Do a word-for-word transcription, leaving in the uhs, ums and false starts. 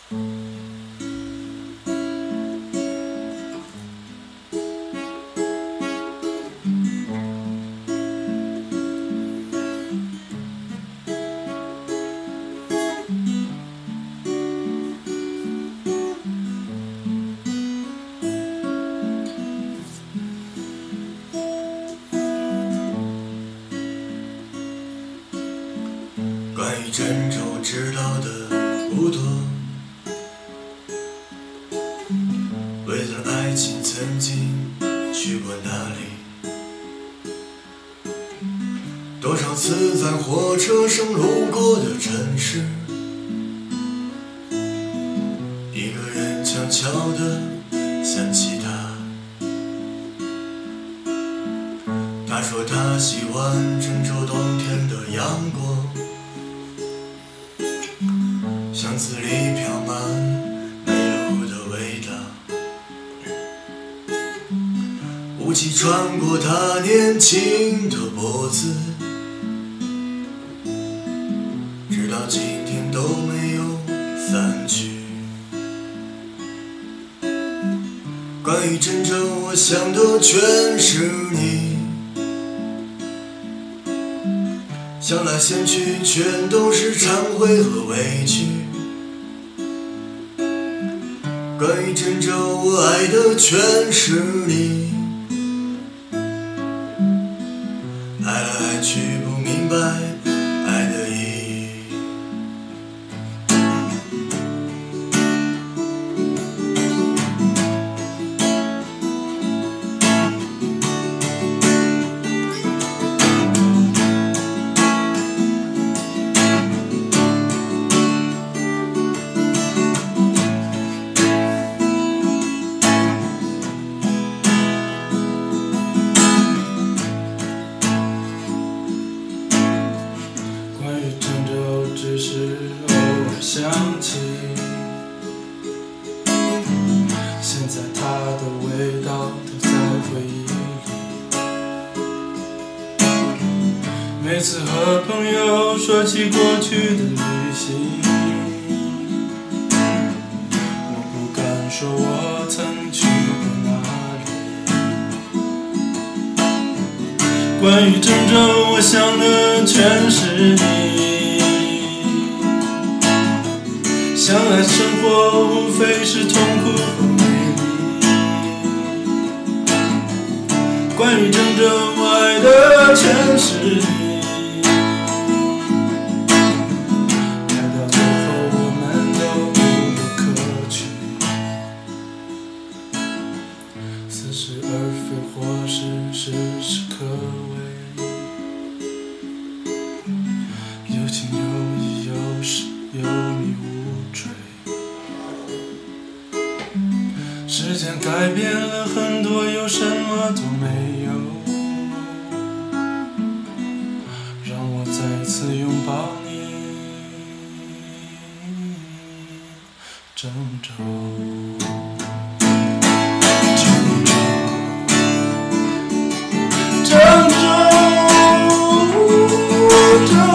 关于郑州知道的不多，为了爱情曾经去过哪里？多少次在火车上路过的城市，一个人悄悄地想起他。他说他喜欢郑州冬天的阳光，巷子里飘满煤炉的味道，雾气穿过他年轻的脖子，直到今天都没有散去。关于郑州，我想的全是你，想来想去全都是忏悔和委屈。关于郑州，我爱的全是你，爱来爱去不明白爱的意义。 只是偶尔想起，现在它的味道都在回忆里。每次和朋友说起过去的旅行，我不敢说我曾去过哪里。关于郑州，我想的全是你，想来生活无非是痛苦和美丽。关于郑州，我爱的全是你，爱到最后我们都无路可去，似是而非，或是时时刻微，有情有义，有时有迷无追。时间改变了很多，有什么都没有，让我再次拥抱你，郑州，郑州，郑州，郑州。